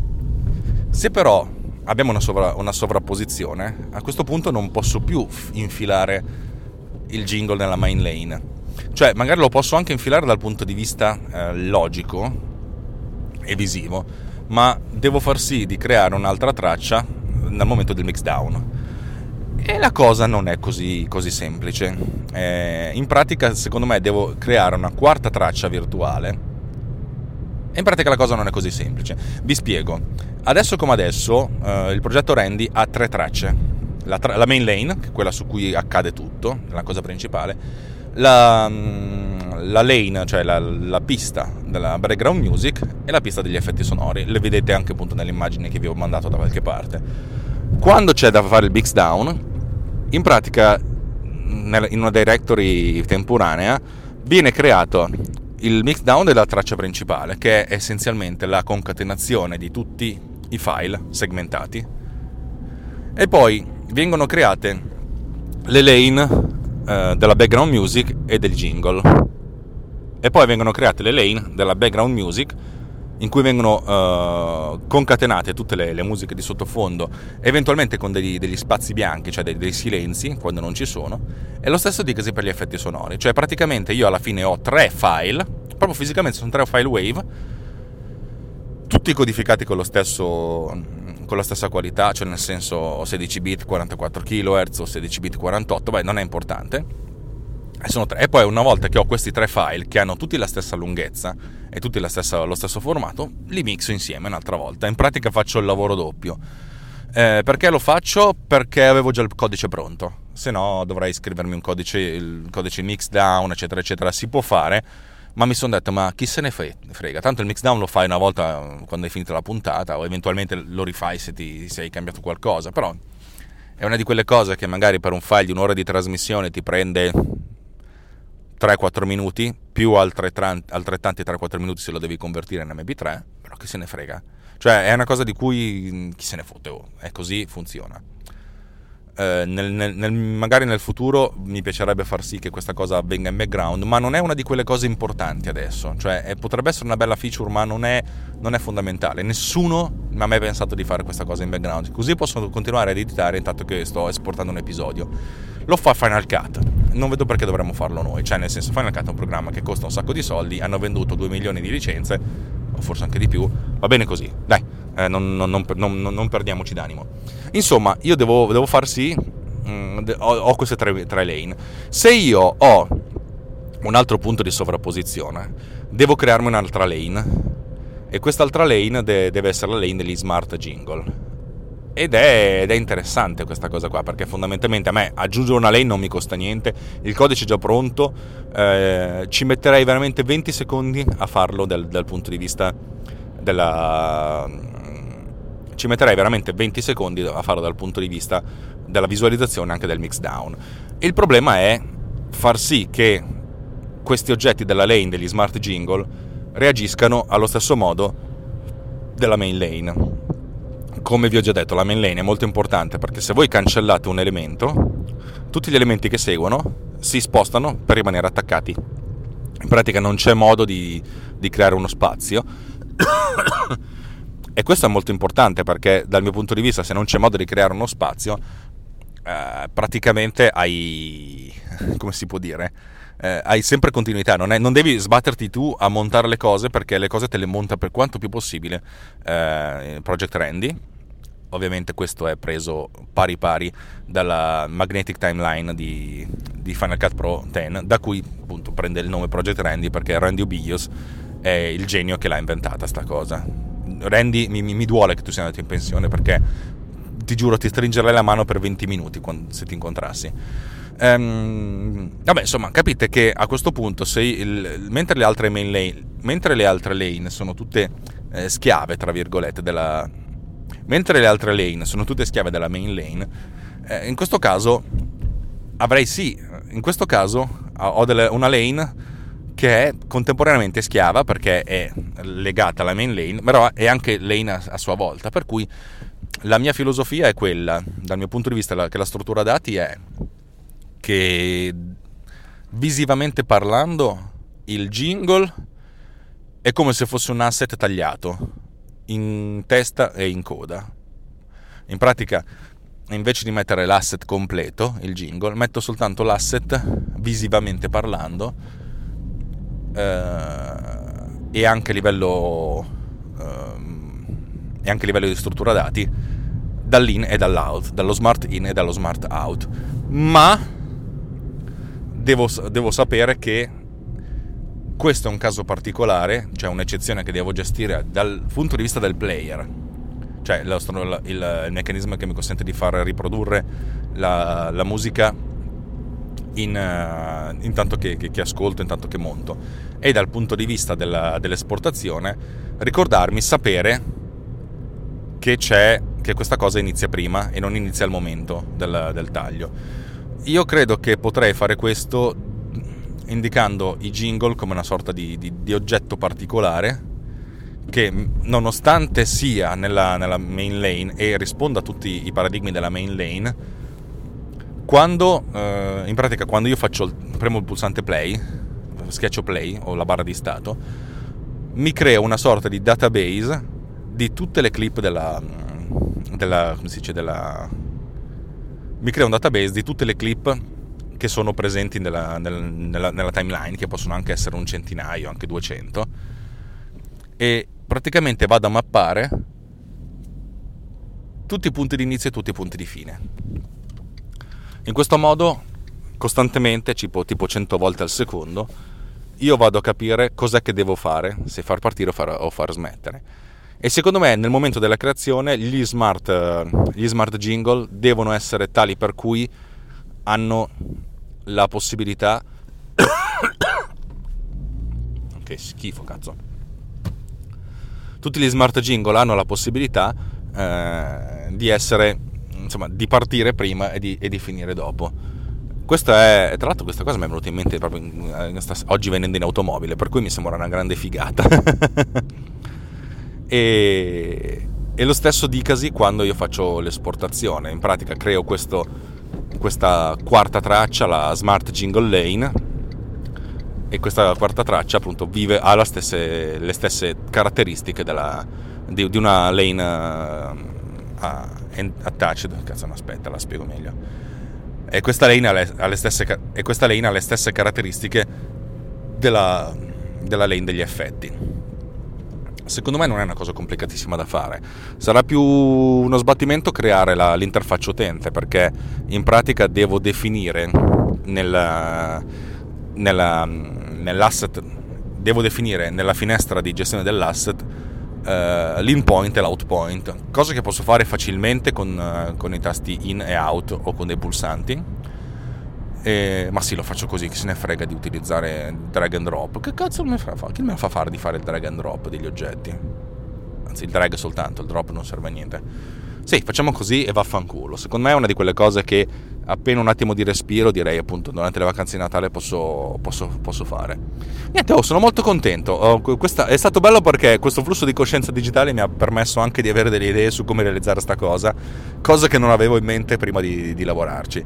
Se però abbiamo una, sovra, una sovrapposizione, a questo punto non posso più infilare il jingle nella main lane. Cioè, magari lo posso anche infilare dal punto di vista eh, logico e visivo, ma devo far sì di creare un'altra traccia nel momento del mix down. E la cosa non è così, così semplice. Eh, in pratica, secondo me, devo creare una quarta traccia virtuale. E in pratica la cosa non è così semplice. Vi spiego. Adesso come adesso, eh, il progetto Randy ha tre tracce. La, tra- la main lane, che è quella su cui accade tutto, la cosa principale. La, la lane, cioè la, la pista della background music e la pista degli effetti sonori. Le vedete anche appunto nelle immagini che vi ho mandato da qualche parte. Quando c'è da fare il mix down, in pratica in una directory temporanea viene creato il mix down della traccia principale, che è essenzialmente la concatenazione di tutti i file segmentati, e poi vengono create le lane della background music e del jingle, e poi vengono create le lane della background music in cui vengono uh, concatenate tutte le, le musiche di sottofondo, eventualmente con degli, degli spazi bianchi, cioè dei, dei silenzi quando non ci sono, e lo stesso dicasi per gli effetti sonori. Cioè praticamente io alla fine ho tre file, proprio fisicamente sono tre file wave, tutti codificati con lo stesso con la stessa qualità, cioè nel senso sedici bit quarantaquattro chilohertz o sedici bit quarantotto, beh, non è importante. E sono tre. E poi una volta che ho questi tre file che hanno tutti la stessa lunghezza e tutti la stessa, lo stesso formato, li mixo insieme un'altra volta. In pratica faccio il lavoro doppio. Eh, perché lo faccio? Perché avevo già il codice pronto. Se no dovrei scrivermi un codice, il codice mixdown, eccetera, eccetera. Si può fare, ma mi sono detto, ma chi se ne frega, tanto il mixdown lo fai una volta quando hai finito la puntata, o eventualmente lo rifai se, ti, se hai cambiato qualcosa. Però è una di quelle cose che magari per un file di un'ora di trasmissione ti prende tre quattro minuti, più altrettanti, altrettanti tre quattro minuti se lo devi convertire in emme pi tre, però chi se ne frega. Cioè è una cosa di cui chi se ne fotte, oh, è così, funziona. Eh, nel, nel, nel, magari nel futuro mi piacerebbe far sì che questa cosa avvenga in background, ma non è una di quelle cose importanti adesso. Cioè è, potrebbe essere una bella feature, ma non è, non è fondamentale. Nessuno mi ha mai pensato di fare questa cosa in background, così posso continuare ad editare intanto che sto esportando un episodio. Lo fa Final Cut, non vedo perché dovremmo farlo noi. Cioè nel senso, Final Cut è un programma che costa un sacco di soldi, hanno venduto due milioni di licenze, o forse anche di più, va bene così, dai, eh, non, non, non, non, non perdiamoci d'animo. Insomma, io devo, devo far sì, mh, ho, ho queste tre, tre lane. Se io ho un altro punto di sovrapposizione, devo crearmi un'altra lane, e quest'altra lane de- deve essere la lane degli smart jingle. Ed è, ed è interessante questa cosa qua, perché fondamentalmente a me aggiungere una lane non mi costa niente, il codice è già pronto, eh, ci metterei veramente venti secondi a farlo dal, dal punto di vista della... ci metterei veramente venti secondi a farlo dal punto di vista della visualizzazione anche del mixdown. Il problema è far sì che questi oggetti della lane degli smart jingle reagiscano allo stesso modo della main lane. Come vi ho già detto, la main lane è molto importante, perché se voi cancellate un elemento, tutti gli elementi che seguono si spostano per rimanere attaccati. In pratica non c'è modo di, di creare uno spazio e questo è molto importante, perché dal mio punto di vista, se non c'è modo di creare uno spazio, eh, praticamente hai, come si può dire, eh, hai sempre continuità, non, è, non devi sbatterti tu a montare le cose, perché le cose te le monta per quanto più possibile eh, Project Randy. Ovviamente questo è preso pari pari dalla Magnetic Timeline di, di Final Cut Pro dieci, da cui appunto prende il nome Project Randy, perché Randy Ubius è il genio che l'ha inventata sta cosa. Randy, mi, mi duole che tu sia andato in pensione, perché ti giuro ti stringerei la mano per venti minuti quando, se ti incontrassi. Ehm, vabbè, insomma, capite che a questo punto se il, mentre le altre main lane, mentre le altre lane sono tutte eh, schiave tra virgolette della mentre le altre lane sono tutte schiave della main lane, eh, in questo caso avrei sì, in questo caso ho delle, una lane che è contemporaneamente schiava, perché è legata alla main lane, però è anche lane a, a sua volta, per cui la mia filosofia è quella, dal mio punto di vista, la, che la struttura dati è che visivamente parlando il jingle è come se fosse un asset tagliato in testa e in coda. In pratica, invece di mettere l'asset completo, il jingle, metto soltanto l'asset visivamente parlando, eh, e anche a livello eh, e anche a livello di struttura dati dall'in e dall'out, dallo smart in e dallo smart out. Ma devo, devo sapere che questo è un caso particolare, cioè un'eccezione che devo gestire dal punto di vista del player, cioè il, il, il meccanismo che mi consente di far riprodurre la, la musica in, uh, intanto che, che, che ascolto, intanto che monto, e dal punto di vista della, dell'esportazione ricordarmi, sapere che c'è, che questa cosa inizia prima e non inizia al momento del, del taglio. Io credo che potrei fare questo indicando i jingle come una sorta di, di, di oggetto particolare che, nonostante sia nella, nella main lane e risponda a tutti i paradigmi della main lane, quando eh, in pratica quando io faccio premo il pulsante play, schiaccio play o la barra di stato, mi crea una sorta di database di tutte le clip della, della come si dice della mi crea un database di tutte le clip che sono presenti nella, nella, nella timeline, che possono anche essere un centinaio, anche duecento, e praticamente vado a mappare tutti i punti di inizio e tutti i punti di fine. In questo modo, costantemente, tipo, tipo cento volte al secondo, io vado a capire cos'è che devo fare, se far partire o far, o far smettere. E secondo me nel momento della creazione gli smart, gli smart jingle devono essere tali per cui hanno la possibilità che schifo cazzo tutti gli smart jingle hanno la possibilità eh, di essere, insomma, di partire prima e di, e di finire dopo. questa è, tra l'altro questa cosa mi è venuta in mente proprio in, oggi venendo in automobile, per cui mi sembra una grande figata. e, e lo stesso dicasi quando io faccio l'esportazione. In pratica creo questo, questa quarta traccia, la Smart Jingle Lane, e questa quarta traccia appunto vive, ha la stesse, le stesse caratteristiche della, di, di una lane uh, attached. Cazzo, no, aspetta, la spiego meglio. E questa lane ha le, ha le stesse, e questa lane ha le stesse caratteristiche della, della lane degli effetti. Secondo me non è una cosa complicatissima da fare. Sarà più uno sbattimento creare la, l'interfaccia utente, perché in pratica devo definire nella, nella, nell'asset, devo definire nella finestra di gestione dell'asset Uh, l'in point e l'out point, cosa che posso fare facilmente con, uh, con i tasti in e out o con dei pulsanti, e, ma sì, lo faccio così, chi se ne frega di utilizzare drag and drop. Che cazzo me fa, chi me fa fare di fare il drag and drop degli oggetti? Anzi, il drag soltanto, il drop non serve a niente. Sì, facciamo così e vaffanculo. Secondo me è una di quelle cose che appena un attimo di respiro, direi appunto durante le vacanze di Natale posso, posso, posso fare. Niente, oh, sono molto contento. Oh, questa, è stato bello perché questo flusso di coscienza digitale mi ha permesso anche di avere delle idee su come realizzare sta cosa, cosa che non avevo in mente prima di, di lavorarci.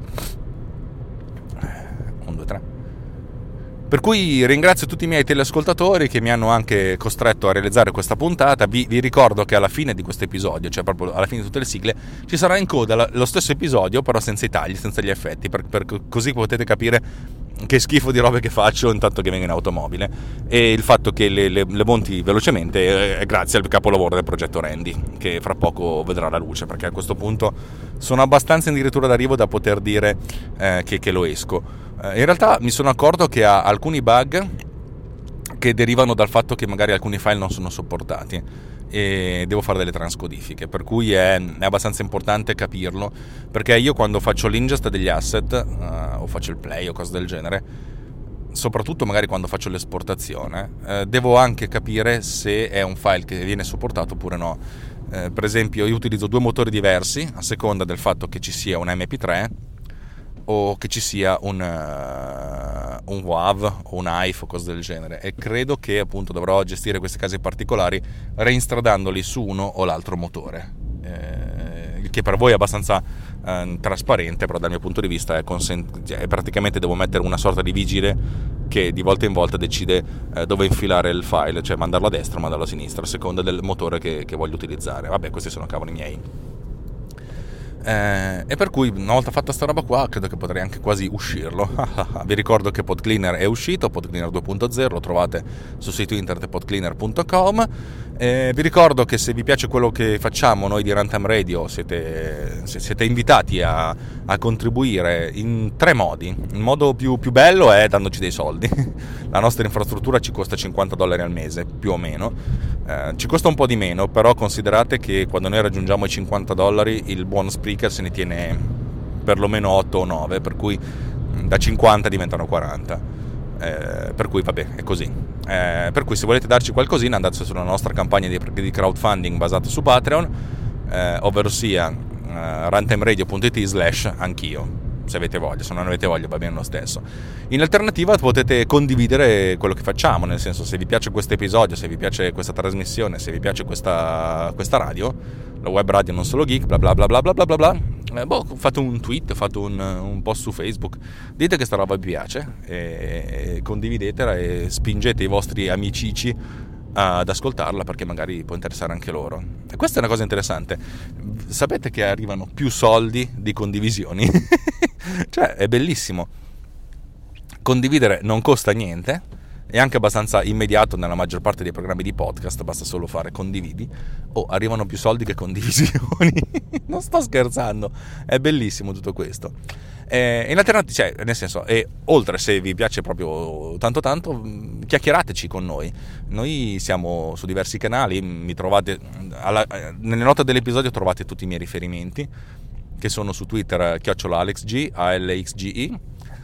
Un, due, tre. Per cui ringrazio tutti i miei teleascoltatori che mi hanno anche costretto a realizzare questa puntata. Vi, vi ricordo che alla fine di questo episodio, cioè proprio alla fine di tutte le sigle, ci sarà in coda la, lo stesso episodio, però senza i tagli, senza gli effetti, per, per, così potete capire che schifo di robe che faccio intanto che vengo in automobile, e il fatto che le, le, le monti velocemente è grazie al capolavoro del progetto Randy, che fra poco vedrà la luce, perché a questo punto sono abbastanza addirittura d'arrivo da poter dire eh, che, che lo esco. In realtà mi sono accorto che ha alcuni bug che derivano dal fatto che magari alcuni file non sono sopportati e devo fare delle transcodifiche, per cui è, è abbastanza importante capirlo, perché io quando faccio l'ingest degli asset uh, o faccio il play o cose del genere, soprattutto magari quando faccio l'esportazione, uh, devo anche capire se è un file che viene supportato oppure no. Uh, per esempio io utilizzo due motori diversi a seconda del fatto che ci sia un emme pi tre o che ci sia un, uh, un W A V o un A I F o cose del genere, e credo che appunto dovrò gestire questi casi particolari reinstradandoli su uno o l'altro motore, eh, il che per voi è abbastanza eh, trasparente, però dal mio punto di vista è, consent- è praticamente devo mettere una sorta di vigile che di volta in volta decide eh, dove infilare il file, cioè mandarlo a destra o mandarlo a sinistra a seconda del motore che, che voglio utilizzare. Vabbè, questi sono cavoli miei. Eh, e per cui una volta fatta sta roba qua credo che potrei anche quasi uscirlo. Vi ricordo che PodCleaner è uscito, PodCleaner due punto zero, lo trovate sul sito internet podcleaner punto com. Eh, vi ricordo che se vi piace quello che facciamo noi di Runtime Radio siete, siete invitati a, a contribuire in tre modi. Il modo più, più bello è dandoci dei soldi. La nostra infrastruttura ci costa cinquanta dollari al mese più o meno, eh, ci costa un po' di meno, però considerate che quando noi raggiungiamo i cinquanta dollari il buon Spreaker se ne tiene perlomeno otto o nove, per cui da cinquanta diventano quaranta, eh, per cui vabbè, è così. Eh, per cui se volete darci qualcosina andate sulla nostra campagna di, di crowdfunding basata su Patreon, eh, ovvero sia eh, runtimeradio punto it slash anch'io, se avete voglia. Se non avete voglia va bene lo stesso. In alternativa potete condividere quello che facciamo, nel senso, se vi piace questo episodio, se vi piace questa trasmissione, se vi piace questa, questa radio, la web radio non solo geek, bla bla bla bla bla bla bla bla, eh, boh, fate un tweet, fate un, un post su Facebook, dite che sta roba vi piace e, e condividetela e spingete i vostri amicici ad ascoltarla, perché magari può interessare anche loro. E questa è una cosa interessante, sapete che arrivano più soldi di condivisioni. Cioè è bellissimo, condividere non costa niente, è anche abbastanza immediato nella maggior parte dei programmi di podcast, basta solo fare condividi, o oh, arrivano più soldi che condivisioni. Non sto scherzando, è bellissimo tutto questo. Eh, in alternativa, cioè, nel senso, e oltre, se vi piace proprio tanto tanto, chiacchierateci con noi. Noi siamo su diversi canali, mi trovate alla, nelle note dell'episodio trovate tutti i miei riferimenti, che sono su Twitter chiocciola AlexG, A L X G I,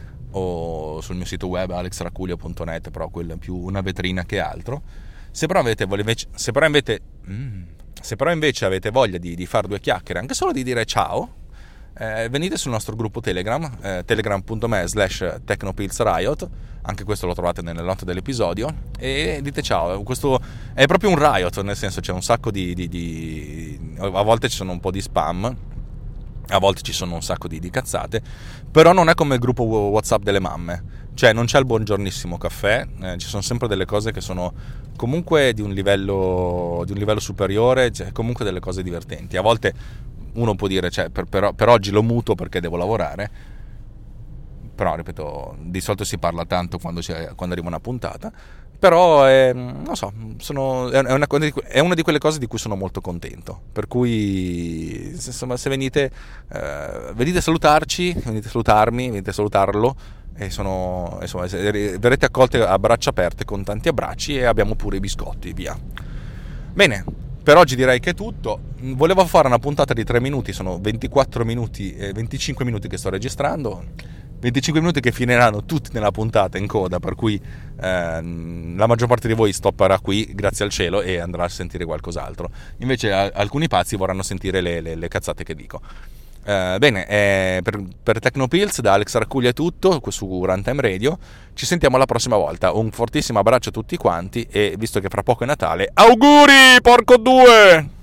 o sul mio sito web alex raculio punto net, però quello è più una vetrina che altro. Se però avete invece, se però invece, mm, se però invece avete voglia di, di fare due chiacchiere, anche solo di dire ciao, eh, venite sul nostro gruppo Telegram, eh, telegram.me slash technopillsriot, anche questo lo trovate nelle note dell'episodio, e dite ciao. Questo è proprio un riot, nel senso c'è un sacco di, di, di... a volte ci sono un po' di spam, a volte ci sono un sacco di, di cazzate, però non è come il gruppo WhatsApp delle mamme, cioè non c'è il buongiornissimo caffè, eh, ci sono sempre delle cose che sono comunque di un livello di un livello superiore, cioè comunque delle cose divertenti. A volte uno può dire, cioè, per, per, per oggi lo muto perché devo lavorare, però ripeto, di solito si parla tanto quando, c'è, quando arriva una puntata, però è, non so, sono, è, una, è una di quelle cose di cui sono molto contento, per cui insomma, se venite eh, venite a salutarci, venite a salutarmi, venite a salutarlo, e sono, insomma, verrete accolti a braccia aperte con tanti abbracci, e abbiamo pure i biscotti, via. Bene, per oggi direi che è tutto. Volevo fare una puntata di tre minuti, sono ventiquattro minuti e venticinque minuti che sto registrando, venticinque minuti che finiranno tutti nella puntata in coda, per cui ehm, la maggior parte di voi stopperà qui, grazie al cielo, e andrà a sentire qualcos'altro. Invece a, alcuni pazzi vorranno sentire le, le, le cazzate che dico. Eh, bene, eh, per, per Tecnopills da Alex Arcuglia è tutto su Runtime Radio. Ci sentiamo la prossima volta. Un fortissimo abbraccio a tutti quanti, e visto che fra poco è Natale, auguri, porco due!